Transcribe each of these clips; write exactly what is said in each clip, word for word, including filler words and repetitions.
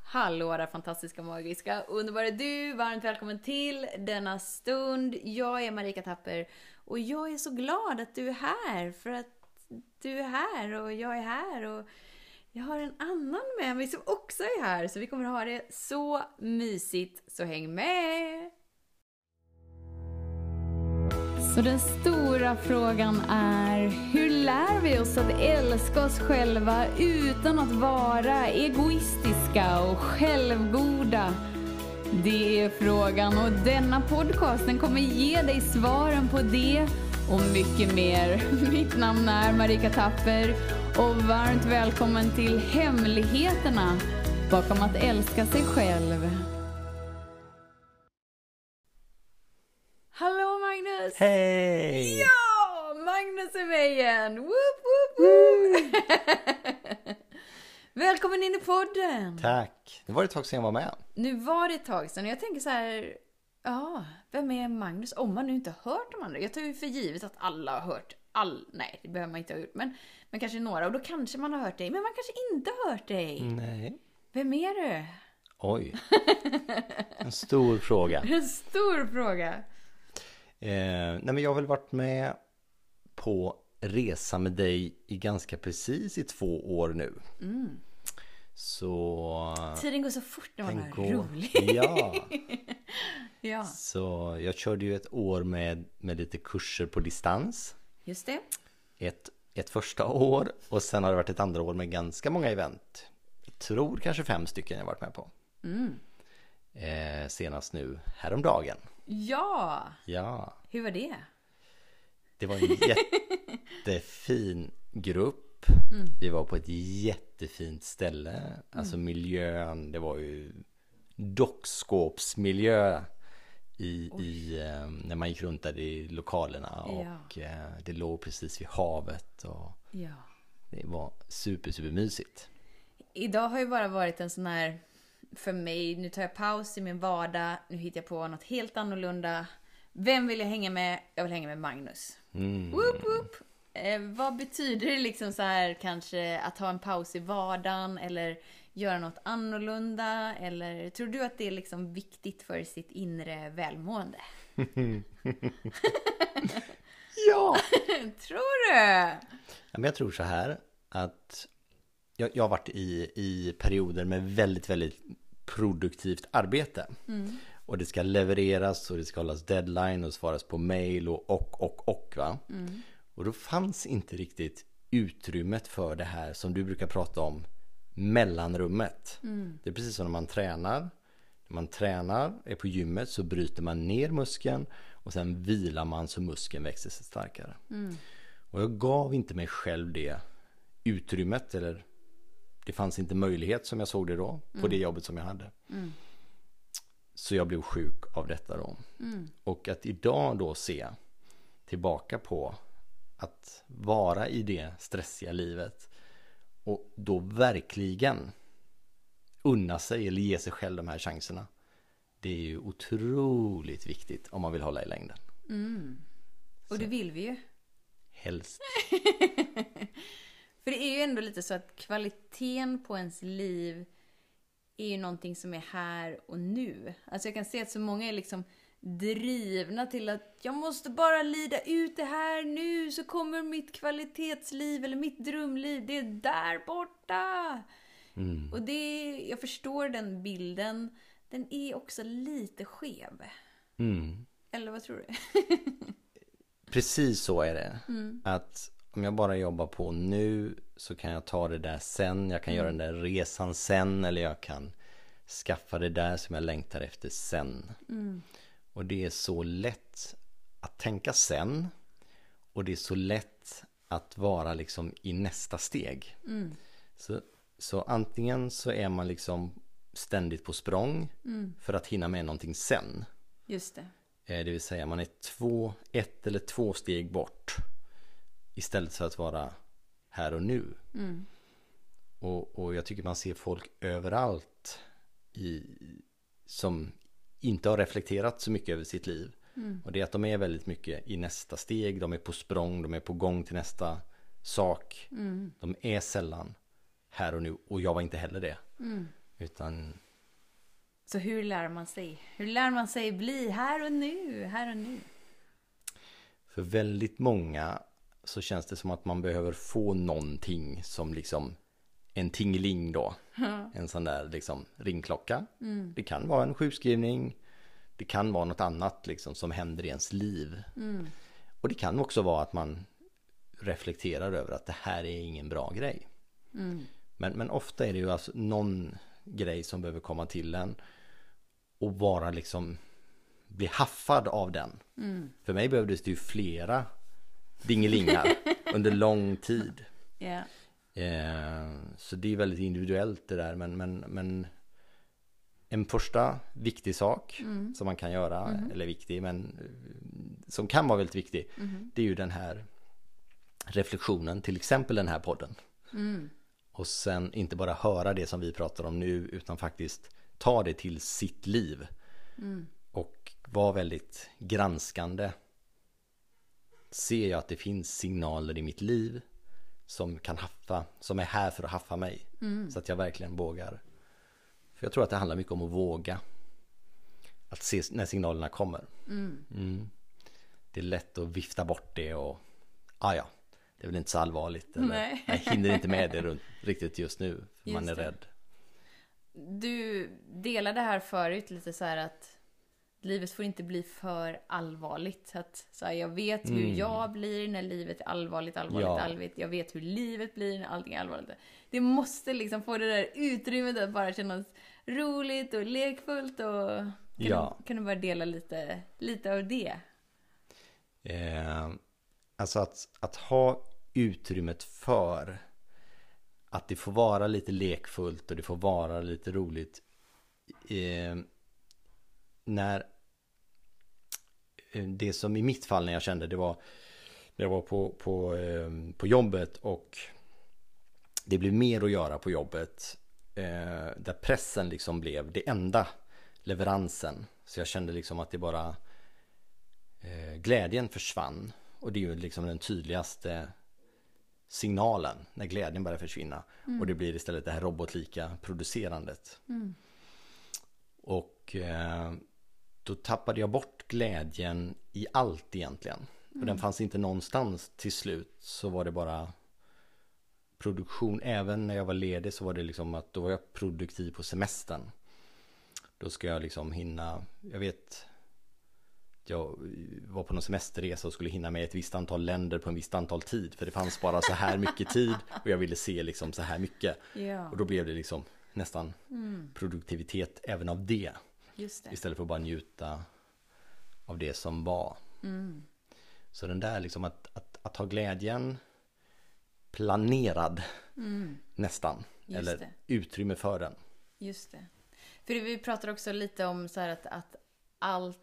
Hallå där fantastiska, magiska, underbara du, varmt välkommen till denna stund. Jag är Marika Tapper och jag är så glad att du är här, för att du är här och jag är här och jag har en annan med mig som också är här, så vi kommer att ha det så mysigt, så häng med! Så den stora frågan är, hur lär vi oss att älska oss själva utan att vara egoistiska och självgoda? Det är frågan, och denna podcasten kommer ge dig svaren på det och mycket mer. Mitt namn är Marika Tapper och varmt välkommen till hemligheterna bakom att älska sig själv. Hallå Magnus! Hej! Ja! Magnus är med igen! Woop, woop, woop. Välkommen in i podden! Tack! Det var ett tag sedan jag var med. Nu var det ett tag sedan och jag tänker så här... Ja, vem är Magnus? Om man nu inte har hört de andra. Jag tar ju för givet att alla har hört all... Nej, det behöver man inte ha gjort. Men, men kanske några. Och då kanske man har hört dig. Men man kanske inte har hört dig. Nej. Vem är du? Oj. En stor fråga. En stor fråga. Eh, nej men jag har väl varit med på resa med dig i ganska precis i två år nu. Mm. Så... Tiden går så fort när man är gå... rolig. Ja. Ja. Så jag körde ju ett år med, med lite kurser på distans. Just det. Ett, ett första år och sen har det varit ett andra år med ganska många event. Jag tror kanske fem stycken jag varit med på. Mm. Eh, senast nu häromdagen. Ja. Ja. Hur var det? Det var en jättefin grupp. Mm. Vi var på ett jättefint ställe. Alltså mm. miljön, det var ju dockskåpsmiljö i, i, när man gick runt där i lokalerna. Ja. Och det låg precis vid havet. Och ja. Det var super, super mysigt. Idag har ju bara varit en sån här, för mig, nu tar jag paus i min vardag. Nu hittar jag på något helt annorlunda. Vem vill jag hänga med? Jag vill hänga med Magnus. Mm. Woop, woop. Eh, vad betyder det liksom så här, kanske att ha en paus i vardagen eller göra något annorlunda? Eller tror du att det är liksom viktigt för sitt inre välmående? Ja! Tror du? Ja, men jag tror så här att jag, jag har varit i, i perioder med väldigt, väldigt produktivt arbete. Mm. Och det ska levereras och det ska hållas deadline och svaras på mail och och och och va. Mm. Och då fanns inte riktigt utrymmet för det här som du brukar prata om, mellanrummet. Mm. Det är precis som när man tränar. När man tränar, är på gymmet, så bryter man ner muskeln och sen vilar man så muskeln växer sig starkare. Mm. Och jag gav inte mig själv det utrymmet, eller det fanns inte möjlighet som jag såg det då på mm. det jobbet som jag hade. Mm. Så jag blev sjuk av detta då. Mm. Och att idag då se tillbaka på att vara i det stressiga livet och då verkligen unna sig eller ge sig själv de här chanserna. Det är ju otroligt viktigt om man vill hålla i längden. Mm. Och det vill vi ju. Helst. För det är ju ändå lite så att kvaliteten på ens liv är ju någonting som är här och nu. Alltså jag kan se att så många är liksom drivna till att jag måste bara lida ut det här nu, så kommer mitt kvalitetsliv eller mitt drömliv, det är där borta. Mm. Och det, jag förstår den bilden. Den är också lite skev. Mm. Eller vad tror du? Precis så är det. Mm. Att om jag bara jobbar på nu så kan jag ta det där sen. Jag kan mm. göra den där resan sen. Eller jag kan skaffa det där som jag längtar efter sen. Mm. Och det är så lätt att tänka sen. Och det är så lätt att vara liksom i nästa steg. Mm. Så, så antingen så är man liksom ständigt på språng mm. för att hinna med någonting sen. Just det. Det vill säga man är två, ett eller två steg bort istället för att vara här och nu. Mm. Och, och jag tycker man ser folk överallt i, som inte har reflekterat så mycket över sitt liv. Mm. Och det är att de är väldigt mycket i nästa steg. De är på språng, de är på gång till nästa sak. Mm. De är sällan här och nu. Och jag var inte heller det. Mm. Utan... Så hur lär man sig? Hur lär man sig bli här och nu? Här och nu? För väldigt många så känns det som att man behöver få någonting som liksom en tingeling då. Mm. En sån där liksom ringklocka. Mm. Det kan vara en sjukskrivning. Det kan vara något annat liksom som händer i ens liv. Mm. Och det kan också vara att man reflekterar över att det här är ingen bra grej. Mm. Men, men ofta är det ju alltså någon grej som behöver komma till en och vara liksom bli haffad av den. Mm. För mig behövdes det ju flera dingelingar under lång tid. Yeah. Eh, så det är väldigt individuellt det där, men, men, men en första viktig sak mm. som man kan göra, mm. eller viktig, men som kan vara väldigt viktig, mm. det är ju den här reflektionen, till exempel den här podden. Mm. Och sen inte bara höra det som vi pratar om nu, utan faktiskt ta det till sitt liv. Mm. Och vara väldigt granskande. Ser jag att det finns signaler i mitt liv som kan haffa, som är här för att haffa mig. Mm. Så att jag verkligen vågar. För jag tror att det handlar mycket om att våga. Att se när signalerna kommer. Mm. Mm. Det är lätt att vifta bort det och ah ja, det är väl inte så allvarligt. Eller, Nej. Jag hinner inte med det runt, riktigt just nu. För just man är det. Rädd. Du delade här förut lite så här att livet får inte bli för allvarligt. Att, så här, jag vet hur mm. jag blir när livet är allvarligt, allvarligt, ja. allvarligt. Jag vet hur livet blir när allting är allvarligt. Det måste liksom få det där utrymmet att bara kännas roligt och lekfullt. Och kan, ja. du, kan du bara dela lite, lite av det? Eh, alltså att, att ha utrymmet för att det får vara lite lekfullt och det får vara lite roligt. Eh, när det som i mitt fall när jag kände det var när jag var på, på, eh, på jobbet och det blev mer att göra på jobbet eh, där pressen liksom blev det enda leveransen. Så jag kände liksom att det bara eh, glädjen försvann, och det är ju liksom den tydligaste signalen när glädjen börjar försvinna. Mm. Och det blir istället det här robotlika producerandet. Mm. Och eh, då tappade jag bort glädjen i allt egentligen. Mm. Och den fanns inte någonstans till slut. Så var det bara produktion. Även när jag var ledig så var det liksom att då var jag produktiv på semestern. Då ska jag liksom hinna, jag vet, jag var på någon semesterresa och skulle hinna med ett visst antal länder på en visst antal tid. För det fanns bara så här mycket tid och jag ville se liksom så här mycket. Ja. Och då blev det liksom nästan mm. produktivitet även av det. Just det. Istället för att bara njuta av det som var. Mm. Så den där liksom att, att, att ha glädjen planerad mm. nästan. Just eller det. Utrymme för den. Just det. För vi pratar också lite om så här att, att allt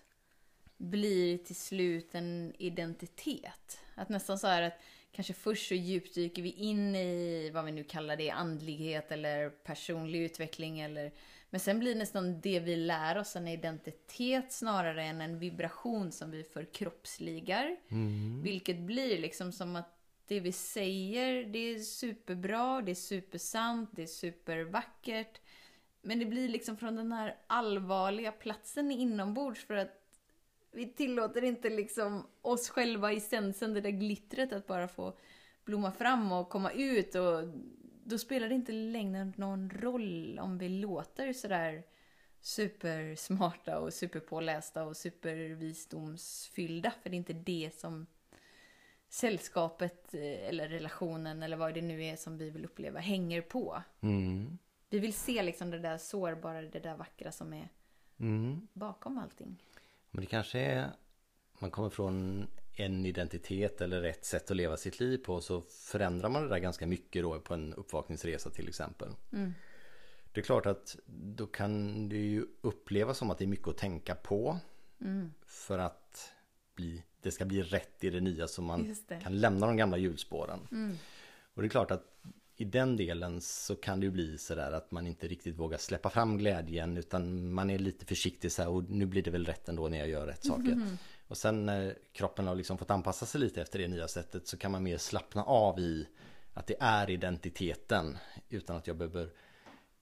blir till slut en identitet. Att nästan så här att kanske först så djupdyker vi in i vad vi nu kallar det, andlighet eller personlig utveckling. Eller, men sen blir nästan det vi lär oss en identitet snarare än en vibration som vi förkroppsligar. Mm. Vilket blir liksom som att det vi säger, det är superbra, det är supersant, det är supervackert. Men det blir liksom från den här allvarliga platsen inombords, för att vi tillåter inte liksom oss själva i essensen, det där glittret, att bara få blomma fram och komma ut. Och då spelar det inte längre någon roll om vi låter sådär supersmarta och superpålästa och supervisdomsfyllda. För det är inte det som sällskapet eller relationen eller vad det nu är som vi vill uppleva hänger på. Mm. Vi vill se liksom det där sårbara, det där vackra som är mm. bakom allting. Men det kanske är, man kommer från en identitet eller ett sätt att leva sitt liv på, så förändrar man det där ganska mycket då på en uppvakningsresa till exempel. Mm. Det är klart att då kan det ju upplevas som att det är mycket att tänka på mm. för att bli, det ska bli rätt i det nya, så man kan lämna de gamla hjulspåren. Mm. Och det är klart att i den delen så kan det ju bli så där att man inte riktigt vågar släppa fram glädjen, utan man är lite försiktig så här, och nu blir det väl rätt ändå när jag gör rätt saker. Mm. Och sen när kroppen har liksom fått anpassa sig lite efter det nya sättet, så kan man mer slappna av i att det är identiteten, utan att jag behöver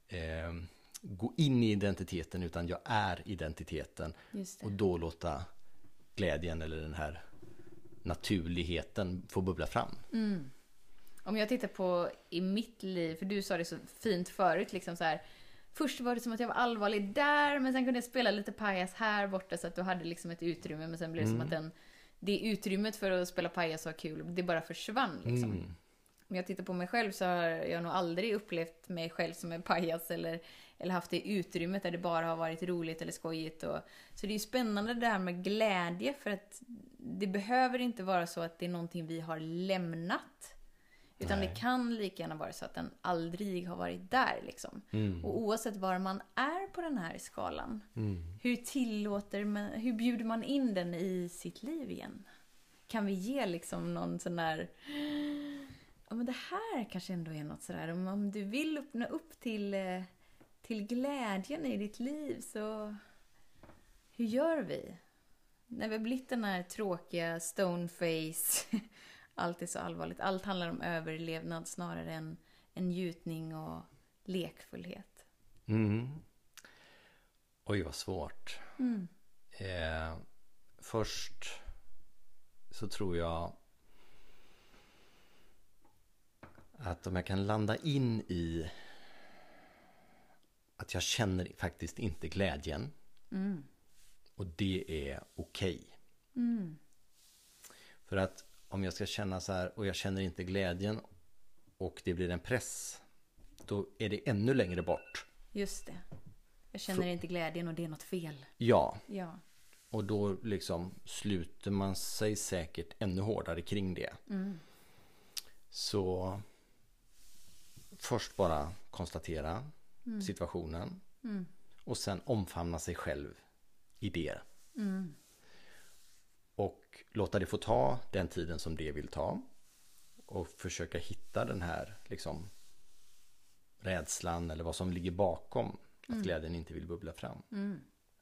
eh, gå in i identiteten, utan jag är identiteten. Just det. Och då låta glädjen eller den här naturligheten få bubbla fram. Mm. Om jag tittar på i mitt liv, för du sa det så fint förut, liksom så här, först var det som att jag var allvarlig där, men sen kunde jag spela lite pajas här borta så att du hade liksom ett utrymme, men sen blev det mm. som att den, det utrymmet för att spela pajas var kul, det bara försvann liksom. Mm. Om jag tittar på mig själv så har jag nog aldrig upplevt mig själv som en pajas eller, eller haft det utrymmet där det bara har varit roligt eller skojigt. Och, så det är ju spännande det här med glädje, för att det behöver inte vara så att det är någonting vi har lämnat. Utan Nej. Det kan lika gärna vara så att den aldrig har varit där liksom. Mm. Och oavsett var man är på den här skalan, mm. hur tillåter man, hur bjuder man in den i sitt liv igen? Kan vi ge liksom någon sån där, ja men det här kanske ändå är något sådär, om, om du vill öppna upp till, till glädjen i ditt liv, så hur gör vi? När vi har blivit den här tråkiga stoneface, allt är så allvarligt. Allt handlar om överlevnad snarare än en njutning och lekfullhet. Mm. Oj, vad svårt. Mm. Eh, först så tror jag att om jag kan landa in i att jag känner faktiskt inte glädjen. Mm. Och det är okej. Okay. Mm. För att om jag ska känna så här och jag känner inte glädjen och det blir en press, då är det ännu längre bort. Just det. Jag känner För... inte glädjen och det är något fel. Ja. Ja. Och då liksom sluter man sig säkert ännu hårdare kring det. Mm. Så först bara konstatera mm. situationen. Mm. Och sen omfamna sig själv i det. Mm. Och låta det få ta den tiden som det vill ta. Och försöka hitta den här liksom rädslan eller vad som ligger bakom mm. att glädjen inte vill bubbla fram. Mm.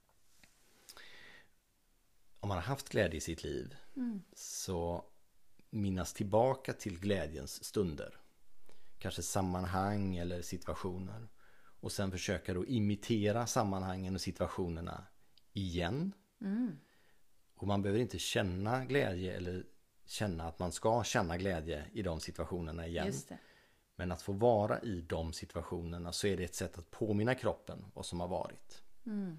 Om man har haft glädje i sitt liv mm. så minnas tillbaka till glädjens stunder. Kanske sammanhang eller situationer. Och sen försöka då imitera sammanhangen och situationerna igen. Mm. Och man behöver inte känna glädje eller känna att man ska känna glädje i de situationerna igen. Just det. Men att få vara i de situationerna, så är det ett sätt att påminna kroppen vad som har varit. Mm.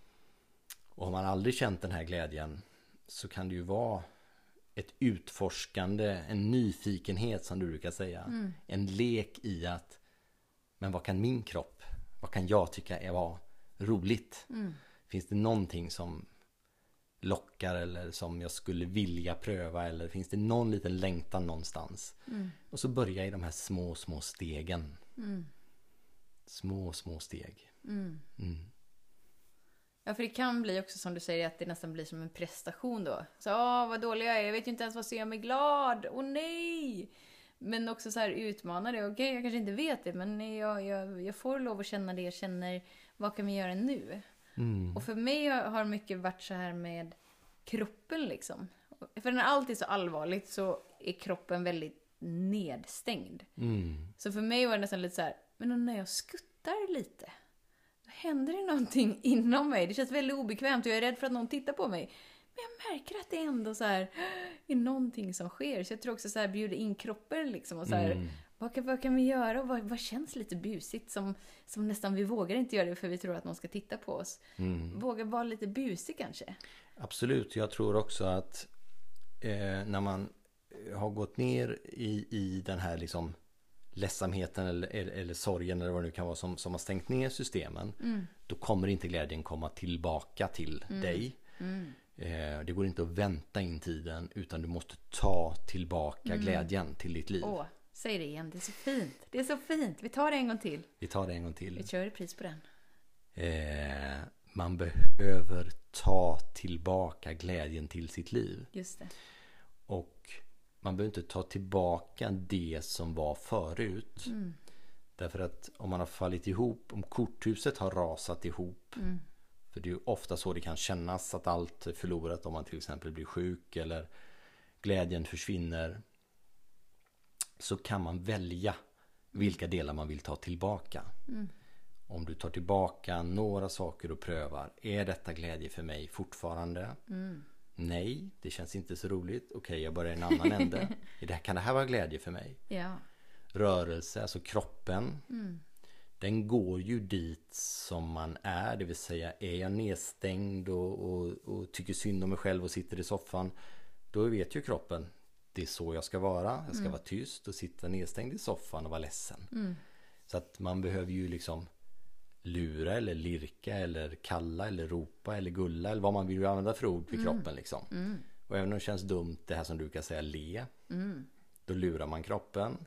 Och har man aldrig känt den här glädjen, så kan det ju vara ett utforskande, en nyfikenhet som du brukar säga. Mm. En lek i att, men vad kan min kropp, vad kan jag tycka är var roligt? Mm. Finns det någonting som lockar eller som jag skulle vilja pröva, eller finns det någon liten längtan någonstans? Mm. Och så börja i de här små, små stegen. Mm. Små, små steg. Mm. Mm. Ja, för det kan bli också som du säger att det nästan blir som en prestation då. Så, åh vad dålig jag är, jag vet ju inte ens vad som gör mig glad, åh nej! Men också så här utmana det, okej okay, jag kanske inte vet det, men jag, jag, jag får lov att känna det jag känner, vad kan vi göra nu? Mm. Och för mig har mycket varit så här med kroppen liksom. För när allt är så allvarligt så är kroppen väldigt nedstängd. Mm. Så för mig var det nästan lite så här, men när jag skuttar lite, då händer det någonting inom mig. Det känns väldigt obekvämt och jag är rädd för att någon tittar på mig. Men jag märker att det ändå så här är någonting som sker. Så jag tror också så här bjuda in kroppen liksom och så här, mm. vad, kan, vad kan vi göra och vad, vad känns lite busigt som, som nästan vi vågar inte göra det för vi tror att någon ska titta på oss. Mm. Våga vara lite busig kanske. Absolut, jag tror också att eh, när man har gått ner i, i den här liksom ledsamheten eller, eller, eller sorgen eller vad det nu kan vara som, som har stängt ner systemen, mm. då kommer inte glädjen komma tillbaka till mm. dig. Mm. Eh, det går inte att vänta in tiden, utan du måste ta tillbaka mm. glädjen till ditt liv. Åh, säg det igen, det är så fint. Det är så fint, vi tar det en gång till. Vi tar det en gång till. Vi kör repris på den. Eh, man behöver ta tillbaka glädjen till sitt liv. Just det. Och man behöver inte ta tillbaka det som var förut. Mm. Därför att om man har fallit ihop, om korthuset har rasat ihop, mm. för det är ju ofta så det kan kännas att allt är förlorat om man till exempel blir sjuk eller glädjen försvinner, så kan man välja vilka delar man vill ta tillbaka. Mm. Om du tar tillbaka några saker och prövar. Är detta glädje för mig fortfarande? Mm. Nej, det känns inte så roligt. Okej, okay, jag börjar i en annan ände. Kan det här vara glädje för mig? Ja. Rörelse, alltså kroppen. Mm. Den går ju dit som man är. Det vill säga, är jag nedstängd och, och, och tycker synd om mig själv och sitter i soffan. Då vet ju kroppen. Det är så jag ska vara. Jag ska mm. vara tyst och sitta nedstängd i soffan och vara ledsen. Mm. Så att man behöver ju liksom lura eller lirka eller kalla eller ropa eller gulla eller vad man vill använda för ord för mm. kroppen liksom. Mm. Och även om det känns dumt, det här som du kan säga le, mm. då lurar man kroppen.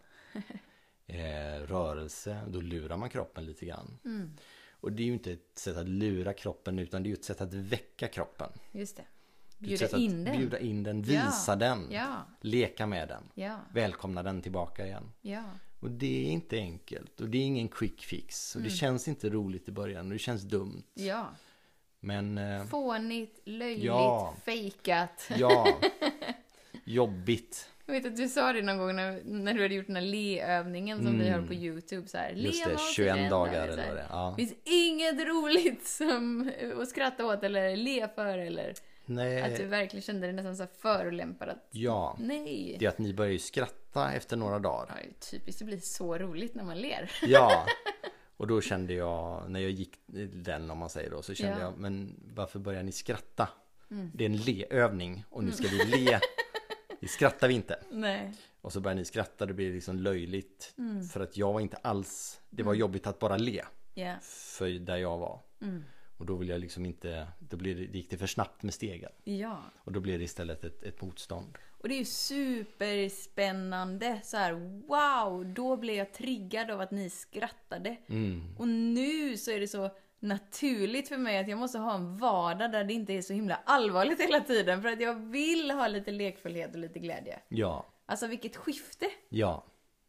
eh, rörelse, då lurar man kroppen lite grann. Mm. Och det är ju inte ett sätt att lura kroppen, utan det är ju ett sätt att väcka kroppen. Just det. Bjuda in den. Bjuda in den, visa ja. den, ja. leka med den, ja. välkomna den tillbaka igen. Ja. Och det är inte enkelt och det är ingen quick fix och mm. det känns inte roligt i början och det känns dumt. Ja. Men eh, fånigt, löjligt, ja. fejkat. Ja. Jobbigt. Jag vet att du sa det någon gång när, när du hade gjort den här le-övningen som mm. vi har på YouTube så här. Just det, tjugoen dagar eller vad det är. Ja. Det finns inget roligt som att skratta åt eller le för eller nej. Att du verkligen kände dig nästan så förolämpad att ja. nej. Det är att ni börjar ju skratta efter några dagar. Ja, det är typiskt, det blir så roligt när man ler. Ja. Och då kände jag, när jag gick den om man säger då, så kände ja. jag, men varför börjar ni skratta? Mm. Det är en le-övning och nu ska vi le. Vi skrattar vi inte. Nej. Och så börjar ni skratta, det blir liksom löjligt. Mm. För att jag var inte alls, det var mm. jobbigt att bara le. Yeah. För där jag var. Mm. Och då vill jag liksom inte, då blir det, gick det för snabbt med stegen. Ja. Och då blir det istället ett, ett motstånd. Och det är ju superspännande. Så här, wow, då blev jag triggad av att ni skrattade. Mm. Och nu så är det så naturligt för mig att jag måste ha en vardag där det inte är så himla allvarligt hela tiden. För att jag vill ha lite lekfullhet och lite glädje. Ja. Alltså vilket skifte. Ja.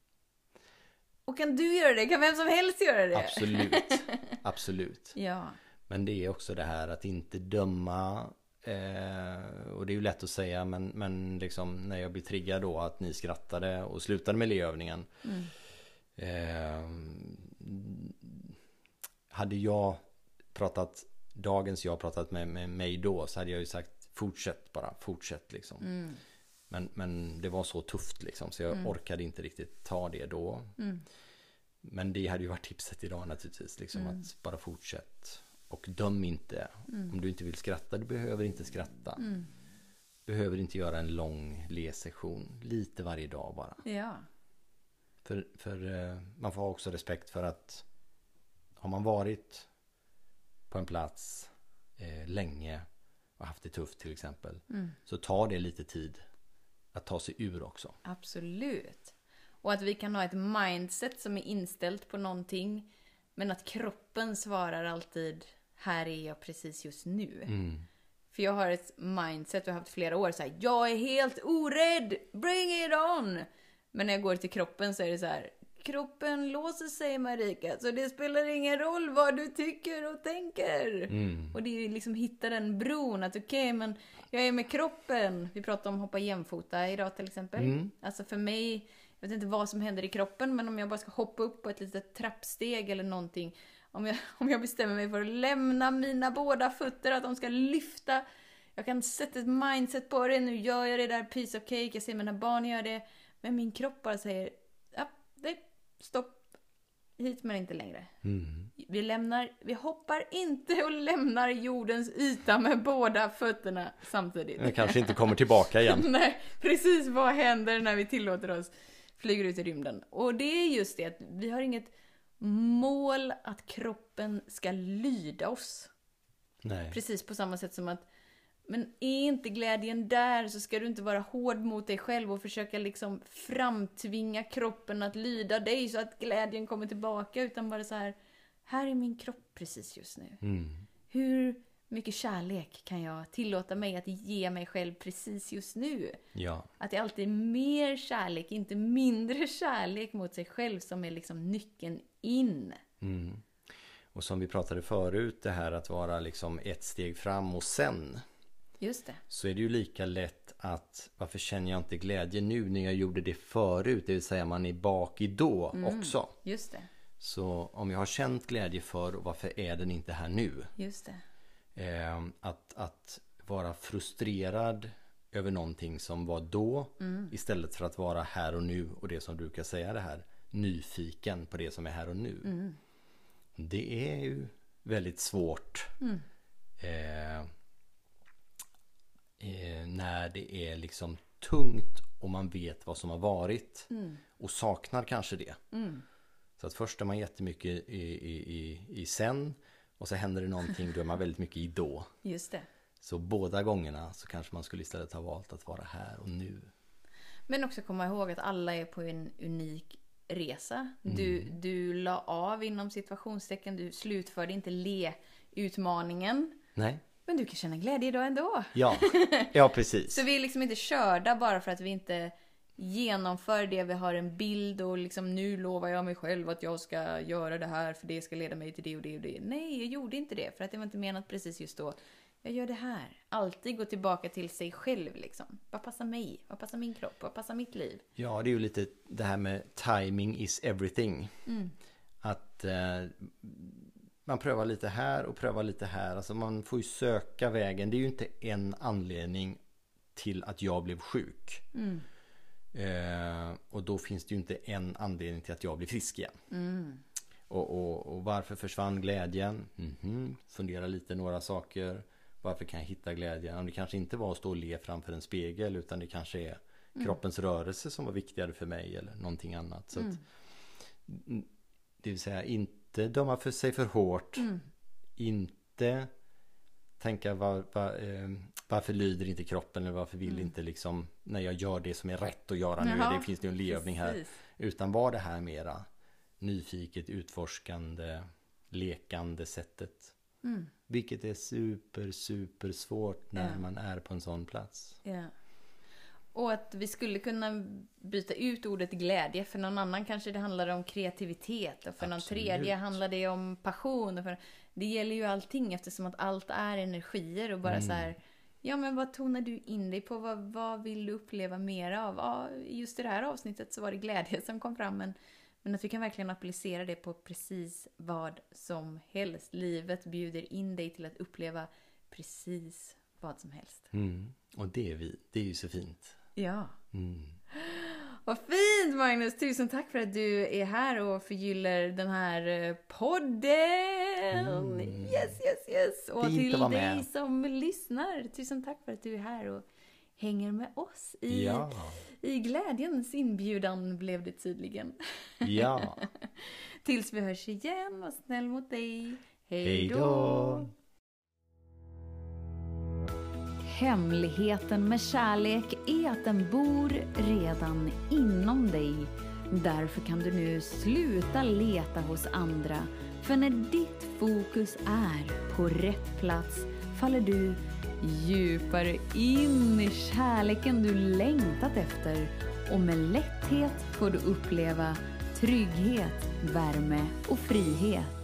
Och kan du göra det? Kan vem som helst göra det? Absolut. Absolut. Ja. Men det är också det här att inte döma. Eh, och det är ju lätt att säga. Men, men liksom när jag blir triggad då att ni skrattade och slutade med leövningen. Mm. Eh, hade jag pratat, dagens jag pratat med, med mig då, så hade jag ju sagt fortsätt bara, fortsätt liksom. Mm. Men, men det var så tufft liksom, så jag mm. orkade inte riktigt ta det då. Mm. Men det hade ju varit tipset idag naturligtvis, liksom mm. att bara fortsätt. Och döm inte. Mm. Om du inte vill skratta, du behöver inte skratta. Mm. Behöver inte göra en lång lesession, lite varje dag bara. Ja. För, för eh, man får också respekt för att har man varit på en plats eh, länge och haft det tufft till exempel, mm. så tar det lite tid att ta sig ur också. Absolut. Och att vi kan ha ett mindset som är inställt på någonting, men att kroppen svarar alltid, här är jag precis just nu. Mm. För jag har ett mindset, och har haft flera år så här, jag är helt orädd, bring it on! Men när jag går till kroppen så är det så här, kroppen låser sig, Marika, så det spelar ingen roll vad du tycker och tänker. Mm. Och det är liksom hitta den bron, att okej, okay, men jag är med kroppen. Vi pratar om hoppa jämfota idag till exempel. Mm. Alltså för mig, jag vet inte vad som händer i kroppen, men om jag bara ska hoppa upp på ett litet trappsteg eller någonting, om jag, om jag bestämmer mig för att lämna mina båda fötter, att de ska lyfta, jag kan sätta ett mindset på det, nu gör jag det där, piece of cake, jag ser mina barn gör det, men min kropp bara säger, ja, det stopp, hit men inte längre. Mm. Vi lämnar, vi hoppar inte och lämnar jordens yta med båda fötterna samtidigt. Jag kanske inte kommer tillbaka igen. Nej, precis, vad händer när vi tillåter oss flyga ut i rymden? Och det är just det att vi har inget mål att kroppen ska lyda oss. Nej. Precis på samma sätt som att, men är inte glädjen där, så ska du inte vara hård mot dig själv och försöka liksom framtvinga kroppen att lyda dig så att glädjen kommer tillbaka, utan bara så här, här är min kropp precis just nu. Mm. Hur mycket kärlek kan jag tillåta mig att ge mig själv precis just nu? Ja. Att det alltid är mer kärlek, inte mindre kärlek mot sig själv, som är liksom nyckeln in. Mm. Och som vi pratade förut, det här att vara liksom ett steg fram och sen. Just det. Så är det ju lika lätt att, varför känner jag inte glädje nu när jag gjorde det förut? Det vill säga man är bak i då mm, också. Just det. Så om jag har känt glädje för, varför är den inte här nu? Just det. Eh, att, att vara frustrerad över någonting som var då mm. istället för att vara här och nu, och det som du brukar säga det här, nyfiken på det som är här och nu. Mm. Det är ju väldigt svårt mm. eh, eh, när det är liksom tungt och man vet vad som har varit mm. och saknar kanske det. Mm. Så att först är man jättemycket i, i, i, i sen, och så händer det någonting, då är man väldigt mycket i då. Just det. Så båda gångerna så kanske man skulle istället ha valt att vara här och nu. Men också komma ihåg att alla är på en unik resa. Du, mm. du la av inom situationstecken, du slutförde inte le-utmaningen. Nej. Men du kan känna glädje idag ändå. Ja, ja precis. Så vi är liksom inte körda bara för att vi inte genomför det. Vi har en bild och liksom nu lovar jag mig själv att jag ska göra det här för det ska leda mig till det och det och det. Nej, jag gjorde inte det för att det var inte menat precis just då. Jag gör det här. Alltid gå tillbaka till sig själv liksom. Vad passar mig? Vad passar min kropp? Vad passar mitt liv? Ja, det är ju lite det här med timing is everything. Mm. Att eh, man prövar lite här och prövar lite här. Alltså man får ju söka vägen. Det är ju inte en anledning till att jag blev sjuk. Mm. Eh, och då finns det ju inte en anledning till att jag blir frisk igen. Mm. Och, och, och varför försvann glädjen? Mm-hmm. Fundera lite några saker. Varför kan jag hitta glädjen? Om det kanske inte var att stå och le framför en spegel, utan det kanske är mm. kroppens rörelse som var viktigare för mig eller någonting annat. Så mm. att, det vill säga inte döma för sig för hårt. Mm. Inte tänka var, var, eh, varför lyder inte kroppen eller varför vill mm. inte liksom när jag gör det som är rätt att göra nu. Jaha, det finns ju en leövning här. Utan var det här mera nyfiket, utforskande, lekande sättet. Mm. Vilket är super, super svårt när ja. man är på en sån plats. Ja. Och att vi skulle kunna byta ut ordet glädje. För någon annan kanske det handlar om kreativitet. Och för Absolut. någon tredje handlar det om passion. Och för, det gäller ju allting eftersom att allt är energier. Och bara mm. så här, ja men vad tonar du in dig på? Vad, vad vill du uppleva mer av? Ja, just i det här avsnittet så var det glädje som kom fram. Men Men att vi kan verkligen applicera det på precis vad som helst. Livet bjuder in dig till att uppleva precis vad som helst. Mm. Och det är vi. Det är ju så fint. Ja. Mm. Vad fint, Magnus. Tusen tack för att du är här och förgyller den här podden. Mm. Yes, yes, yes. Och fint till dig med. Som lyssnar. Tusen tack för att du är här och hänger med oss i... Ja. I glädjens inbjudan blev det tydligen. Ja. Tills vi hörs igen, var snäll mot dig. Hej då. Hemligheten med kärlek är att den bor redan inom dig. Därför kan du nu sluta leta hos andra. För när ditt fokus är på rätt plats faller du djupare in i kärleken du längtat efter, och med lätthet får du uppleva trygghet, värme och frihet.